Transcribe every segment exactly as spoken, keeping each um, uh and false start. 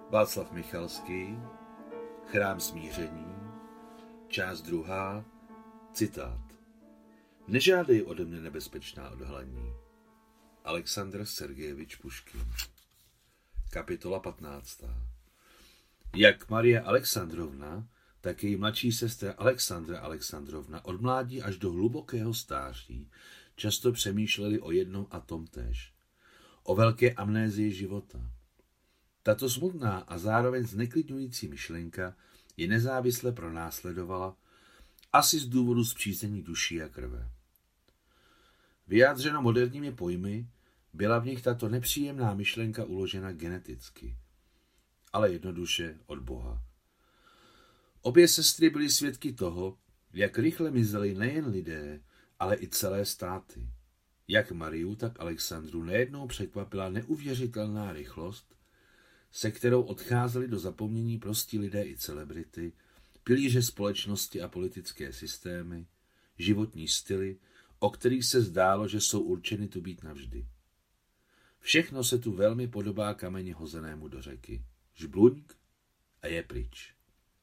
Václav Michalský, Chrám smíření, část druhá, citát. Nežádej ode mne nebezpečná odhalení. Aleksandr Sergejevič Puškin. Kapitola patnáctá. Jak Maria Alexandrovna, tak její mladší sestra Alexandra Alexandrovna od mládí až do hlubokého stáří často přemýšleli o jednom a tomtéž. O velké amnézii života. Tato smutná a zároveň zneklidňující myšlenka je nezávisle pronásledovala, asi z důvodu spříznění duší a krve. Vyjádřeno moderními pojmy, byla v nich tato nepříjemná myšlenka uložena geneticky, ale jednoduše od Boha. Obě sestry byly svědky toho, jak rychle mizeli nejen lidé, ale i celé státy. Jak Mariu, tak Alexandru nejednou překvapila neuvěřitelná rychlost, se kterou odcházeli do zapomnění prostí lidé i celebrity, pilíře společnosti a politické systémy, životní styly, o kterých se zdálo, že jsou určeny tu být navždy. Všechno se tu velmi podobá kameni hozenému do řeky. Žbluňk a je pryč.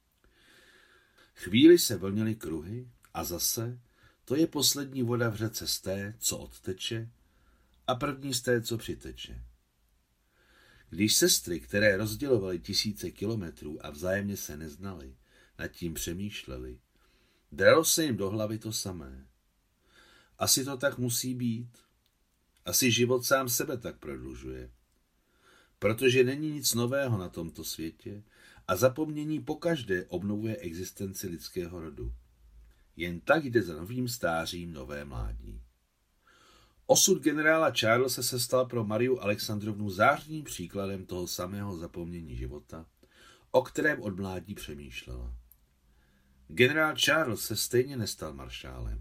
Chvíli se vlnily kruhy a zase to je poslední voda v řece z té, co odteče, a první z té, co přiteče. Když sestry, které rozdělovaly tisíce kilometrů a vzájemně se neznaly, nad tím přemýšleli, dralo se jim do hlavy to samé. Asi to tak musí být. Asi život sám sebe tak prodlužuje. Protože není nic nového na tomto světě a zapomnění pokaždé obnovuje existenci lidského rodu. Jen tak jde za novým stářím nové mládí. Osud generála Charlese se stal pro Mariu Alexandrovnu zářným příkladem toho samého zapomnění života, o kterém od mládí přemýšlela. Generál Charles se stejně nestal maršálem.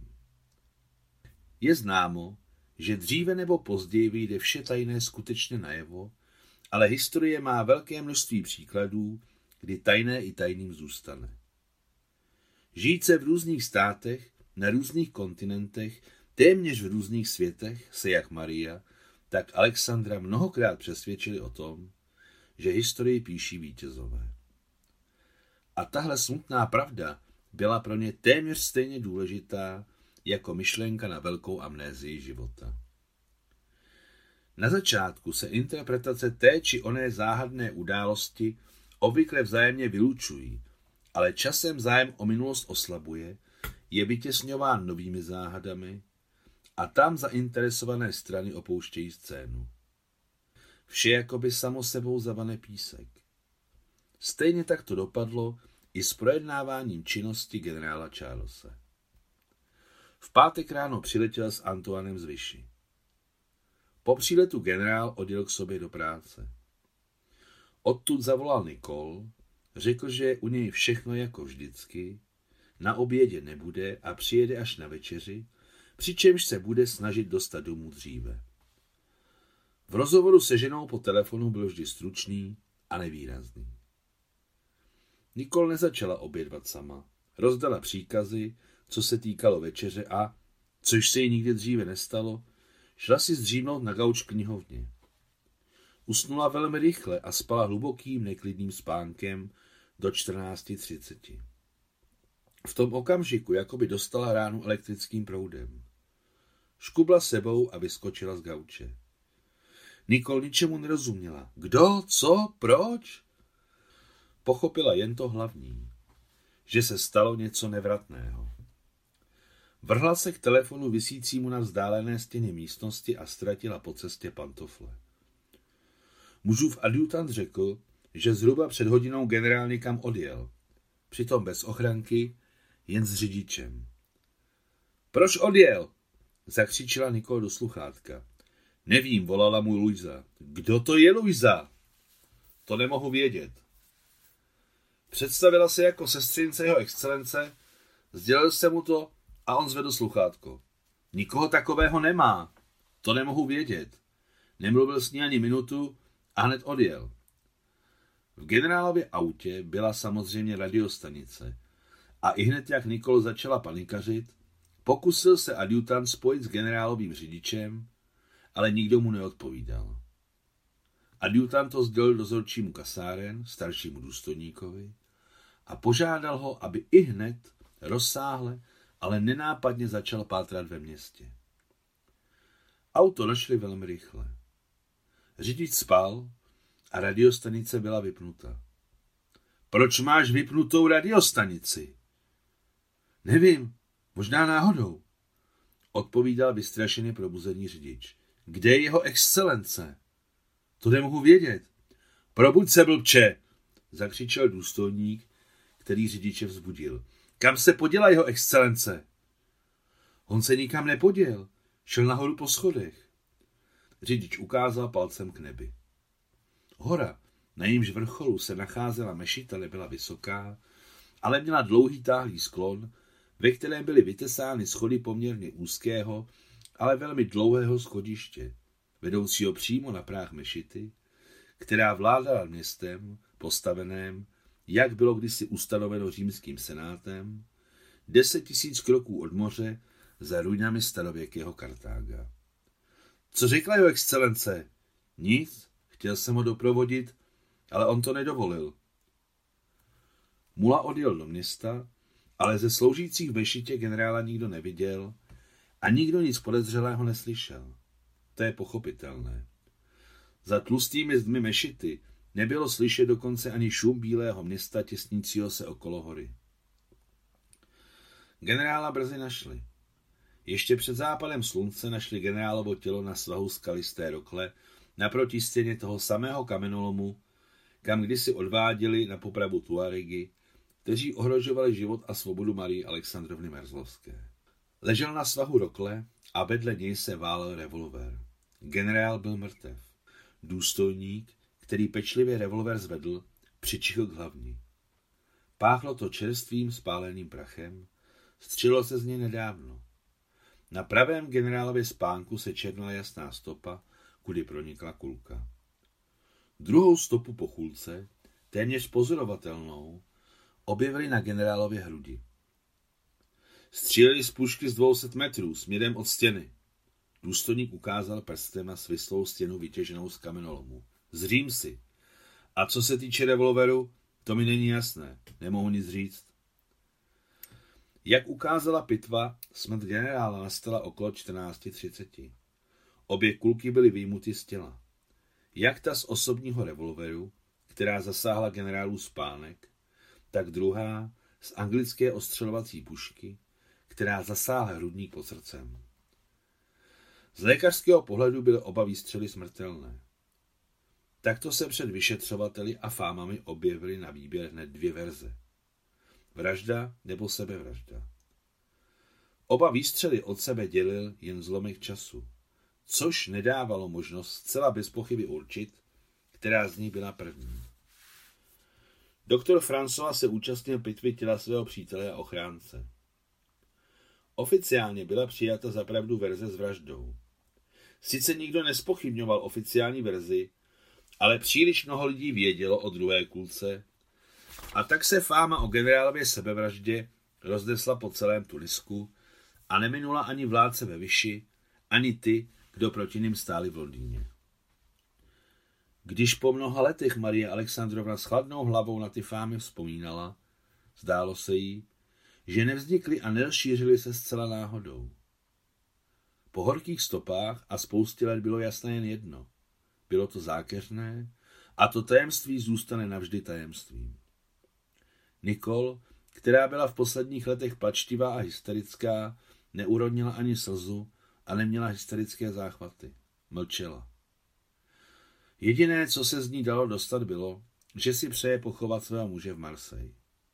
Je známo, že dříve nebo později vyjde vše tajné skutečně najevo, ale historie má velké množství příkladů, kdy tajné i tajným zůstane. Žít se v různých státech, na různých kontinentech, téměř v různých světech se jak Maria, tak Alexandra mnohokrát přesvědčili o tom, že historii píší vítězové. A tahle smutná pravda byla pro ně téměř stejně důležitá jako myšlenka na velkou amnézii života. Na začátku se interpretace té či oné záhadné události obvykle vzájemně vylučují, ale časem zájem o minulost oslabuje, je vytěsňován novými záhadami a tam zainteresované strany opouštějí scénu. Vše jakoby samo sebou zavane písek. Stejně tak to dopadlo i s projednáváním činnosti generála Charlese. V pátek ráno přiletěl s Antoinem z Vichy. Po příletu generál odjel k sobě do práce. Odtud zavolal Nicole, řekl, že je u něj všechno jako vždycky, na obědě nebude a přijede až na večeři, přičemž se bude snažit dostat domů dříve. V rozhovoru se ženou po telefonu byl vždy stručný a nevýrazný. Nicole nezačala obědvat sama, rozdala příkazy, co se týkalo večeře a, což se jí nikdy dříve nestalo, šla si zdřímnout na gauč v knihovně. Usnula velmi rychle a spala hlubokým neklidným spánkem do čtrnácti třiceti. V tom okamžiku jakoby dostala ránu elektrickým proudem. Škubla sebou a vyskočila z gauče. Nicole ničemu nerozuměla. Kdo? Co? Proč? Pochopila jen to hlavní, že se stalo něco nevratného. Vrhla se k telefonu visícímu na vzdálené stěně místnosti a ztratila po cestě pantofle. Mužův adjutant řekl, že zhruba před hodinou generál někam odjel, přitom bez ochranky, jen s řidičem. Proč odjel? Zakřičela Nicole do sluchátka. Nevím, volala mu Luisa. Kdo to je Luisa? To nemohu vědět. Představila se jako sestřince jeho excelence, sdělil jsem mu to a on zvedl sluchátko. Nikoho takového nemá. To nemohu vědět. Nemluvil s ní ani minutu a hned odjel. V generálově autě byla samozřejmě radiostanice a ihned jak Nicole začala panikařit, pokusil se adjutant spojit s generálovým řidičem, ale nikdo mu neodpovídal. Adjutant to sdělil dozorčímu kasáren, staršímu důstojníkovi, a požádal ho, aby ihned rozsáhle, ale nenápadně začal pátrat ve městě. Auto našli velmi rychle. Řidič spal a radiostanice byla vypnuta. Proč máš vypnutou radiostanici? Nevím, možná náhodou, odpovídal vystrašený probuzený řidič. Kde je jeho excelence? To nemohu vědět. Probuď se, blbče, zakřičel důstojník, který řidiče vzbudil. Kam se poděla jeho excelence? On se nikam nepoděl, šel nahoru po schodech. Řidič ukázal palcem k nebi. Hora, na jejímž vrcholu se nacházela mešita, nebyla vysoká, ale měla dlouhý táhlý sklon, ve kterém byly vytesány schody poměrně úzkého, ale velmi dlouhého schodiště, vedoucího přímo na práh mešity, která vládala městem, postaveném, jak bylo kdysi ustanoveno římským senátem, deset tisíc kroků od moře za ruinami starověkého Kartága. Co řekla jeho excelence? Nic, chtěl jsem ho doprovodit, ale on to nedovolil. Mula odjel do města, ale ze sloužících v mešitě generála nikdo neviděl a nikdo nic podezřelého neslyšel. To je pochopitelné. Za tlustými zdmi mešity nebylo slyšet dokonce ani šum bílého města těsnícího se okolo hory. Generála brzy našli. Ještě před západem slunce našli generálovo tělo na svahu skalisté rokle naproti stěně toho samého kamenolomu, kam kdysi odváděli na popravu Tuaregy, kteří ohrožovali život a svobodu Marie Alexandrovny Merzlovské. Ležel na svahu rokle a vedle něj se válel revolver. Generál byl mrtev. Důstojník, který pečlivě revolver zvedl, přičichl k hlavni. Páchlo to čerstvým spáleným prachem, střelo se z něj nedávno. Na pravém generálově spánku se černala jasná stopa, kudy pronikla kulka. Druhou stopu po chůlce, téměř pozorovatelnou, objevili na generálově hrudi. Stříleli z pušky z dvou set metrů směrem od stěny. Důstojník ukázal prstem na svislou stěnu vytěženou z kamenolomu. Zřím si. A co se týče revolveru, to mi není jasné. Nemohu nic říct. Jak ukázala pitva, smrt generála nastala okolo čtrnáct třicet. Obě kulky byly vyjmuty z těla. Jak ta z osobního revolveru, která zasáhla generálu spánek, tak druhá z anglické ostřelovací pušky, která zasáhla hrudník pod srdcem. Z lékařského pohledu byly oba výstřely smrtelné. Takto se před vyšetřovateli a fámami objevily na výběr hned dvě verze. Vražda nebo sebevražda. Oba výstřely od sebe dělil jen zlomek času, což nedávalo možnost zcela bez pochyby určit, která z nich byla první. Doktor François se účastnil pitvy těla svého přítele a ochránce. Oficiálně byla přijata za pravdu verze s vraždou. Sice nikdo nespochybňoval oficiální verzi, ale příliš mnoho lidí vědělo o druhé kulce a tak se fáma o generálově sebevraždě rozdesla po celém Tunisku a neminula ani vládce ve Vyši, ani ty, kdo proti nim stáli v Londýně. Když po mnoha letech Marie Alexandrovna s chladnou hlavou na ty fámy vzpomínala, zdálo se jí, že nevznikly a nerozšířily se zcela náhodou. Po horkých stopách a spoustě let bylo jasné jen jedno. Bylo to zákeřné a to tajemství zůstane navždy tajemstvím. Nicole, která byla v posledních letech plačtivá a hysterická, neurodnila ani slzu a neměla hysterické záchvaty. Mlčela. Jediné, co se z ní dalo dostat, bylo, že si přeje pochovat svého muže v Marseille.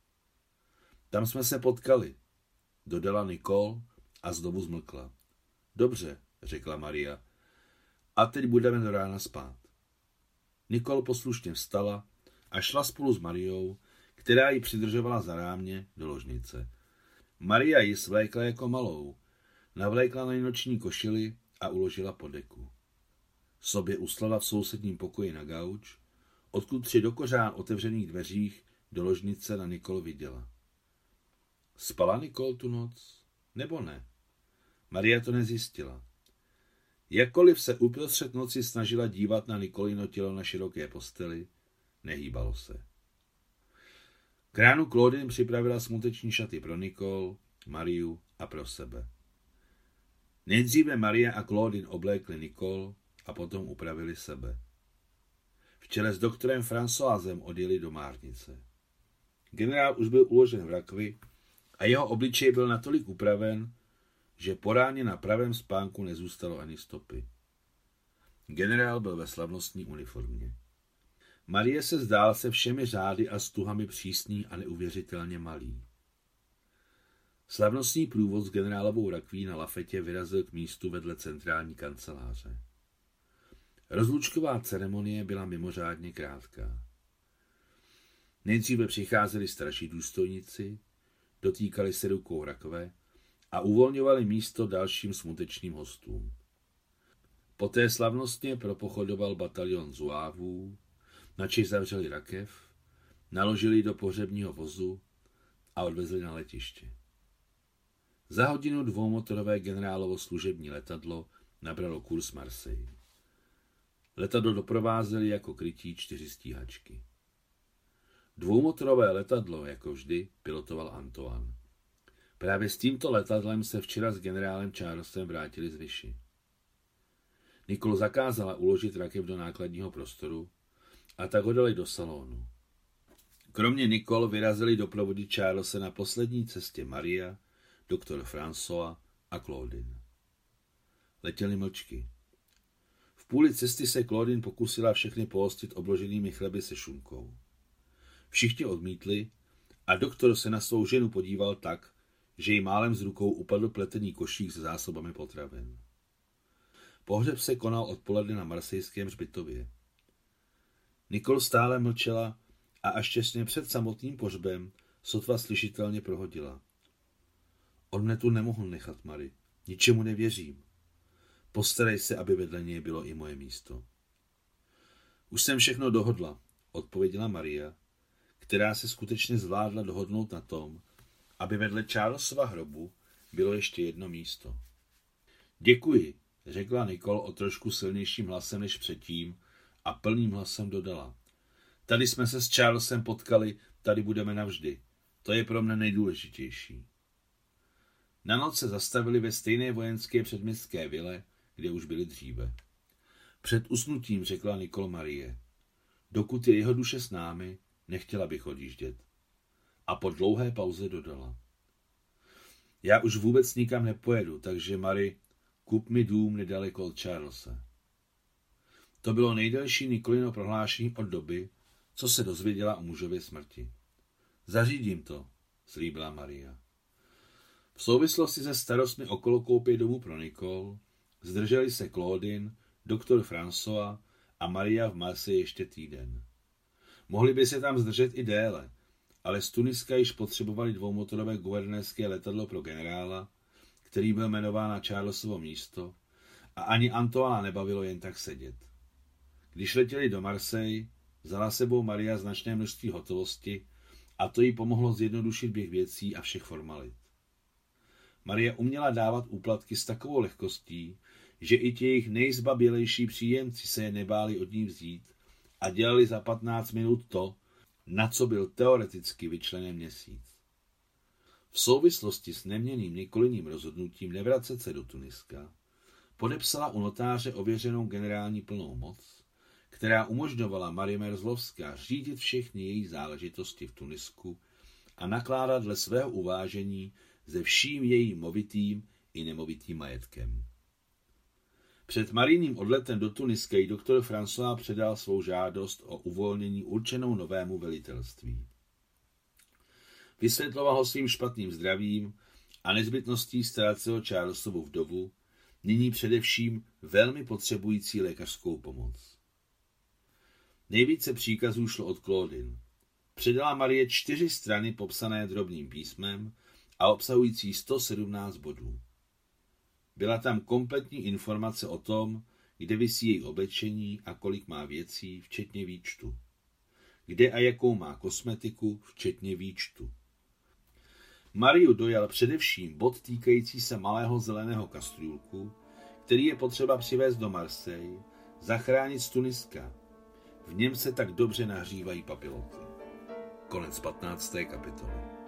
Tam jsme se potkali, dodala Nicole a znovu zmlkla. Dobře, řekla Maria, a teď budeme do rána spát. Nicole poslušně vstala a šla spolu s Mariou, která ji přidržovala za rámě do ložnice. Maria ji svlékla jako malou, navlékla na noční košili a uložila pod deku. Sobě uslala v sousedním pokoji na gauč, odkud při do kořán otevřených dveřích do ložnice na Nicole viděla. Spala Nicole tu noc, nebo ne? Maria to nezjistila. Jakkoliv se uprostřed noci snažila dívat na Nikolino tělo na široké posteli, nehýbalo se. K ránu Claudine připravila smuteční šaty pro Nicole, Mariu a pro sebe. Nejdříve Maria a Claudine oblékli Nicole a potom upravili sebe. V čele s doktorem Françoisem odjeli do Márnice. Generál už byl uložen v rakvi a jeho obličej byl natolik upraven, že po ráně na pravém spánku nezůstalo ani stopy. Generál byl ve slavnostní uniformě. Marie se zdál se všemi řády a stuhami přísný a neuvěřitelně malý. Slavnostní průvod s generálovou rakví na lafetě vyrazil k místu vedle centrální kanceláře. Rozlučková ceremonie byla mimořádně krátká. Nejdříve přicházeli starší důstojníci, dotýkali se rukou rakve a uvolňovali místo dalším smutečným hostům. Poté slavnostně propochodoval batalion zuávů, načež zavřeli rakev, naložili do pohřebního vozu a odvezli na letiště. Za hodinu dvoumotorové generálovo služební letadlo nabralo kurz Marseille. Letadlo doprovázeli jako krytí čtyři stíhačky. Dvoumotorové letadlo, jako vždy, pilotoval Antoine. Právě s tímto letadlem se včera s generálem Charlesem vrátili z Vichy. Nicole zakázala uložit rakev do nákladního prostoru a tak ho dali do salonu. Kromě Nicole vyrazili doprovodit Charlese na poslední cestě Maria, doktor François a Claudine. Letěli mlčky. V půli cesty se Claudine pokusila všechny pohostit obloženými chleby se šunkou. Všichni odmítli a doktor se na svou ženu podíval tak, že jí málem z rukou upadl pletený košík se zásobami potravin. Pohřeb se konal odpoledne na marsejském hřbitově. Nicole stále mlčela a až těsně před samotným pohřbem sotva slyšitelně prohodila. On mne tu nemohl nechat, Mary. Ničemu nevěřím. Postarej se, aby vedle něj bylo i moje místo. Už jsem všechno dohodla, odpověděla Maria, která se skutečně zvládla dohodnout na tom, aby vedle Charlesova hrobu bylo ještě jedno místo. Děkuji, řekla Nicole o trošku silnějším hlasem než předtím a plným hlasem dodala. Tady jsme se s Charlesem potkali, tady budeme navždy. To je pro mne nejdůležitější. Na noc se zastavili ve stejné vojenské předměstské vile, kde už byli dříve. Před usnutím řekla Nicole Marie. Dokud je jeho duše s námi, nechtěla bych odjíždět. A po dlouhé pauze dodala. Já už vůbec nikam nepojedu, takže Marie, kup mi dům nedaleko od Charlese. To bylo nejdelší Nicolino prohlášení od doby, co se dozvěděla o mužově smrti. Zařídím to, slíbila Maria. V souvislosti se starostmi okolo koupě domu pro Nicole zdrželi se Claudine, doktor François a Maria v Marseille ještě týden. Mohli by se tam zdržet i déle, ale z Tuniska již potřebovali dvoumotorové guvernérské letadlo pro generála, který byl jmenován na Charlesovo místo, a ani Antoana nebavilo jen tak sedět. Když letěli do Marseille, vzala sebou Maria značné množství hotovosti a to jí pomohlo zjednodušit běh věcí a všech formalit. Maria uměla dávat úplatky s takovou lehkostí, že i ti jejich nejzbabělejší příjemci se je nebáli od ní vzít a dělali za patnáct minut to, na co byl teoreticky vyčleněn měsíc. V souvislosti s neměnným Nicoliným rozhodnutím nevracet se do Tuniska podepsala u notáře ověřenou generální plnou moc, která umožňovala Marie Merzlovská řídit všechny její záležitosti v Tunisku a nakládat dle svého uvážení se vším jejím movitým i nemovitým majetkem. Před Marijným odletem do Tuniska jí doktor François předal svou žádost o uvolnění určenou novému velitelství. Vysvětloval ho svým špatným zdravím a nezbytností starat se o Charlesovu vdovu, nyní především velmi potřebující lékařskou pomoc. Nejvíce příkazů šlo od Claudine. Předala Marie čtyři strany popsané drobným písmem a obsahující sto sedmnáct bodů. Byla tam kompletní informace o tom, kde visí její oblečení a kolik má věcí, včetně výčtu. Kde a jakou má kosmetiku, včetně výčtu. Mariu dojal především bod týkající se malého zeleného kastrůlku, který je potřeba přivést do Marseille, zachránit z Tuniska. V něm se tak dobře nahřívají papiloty. Konec patnácté kapitoly.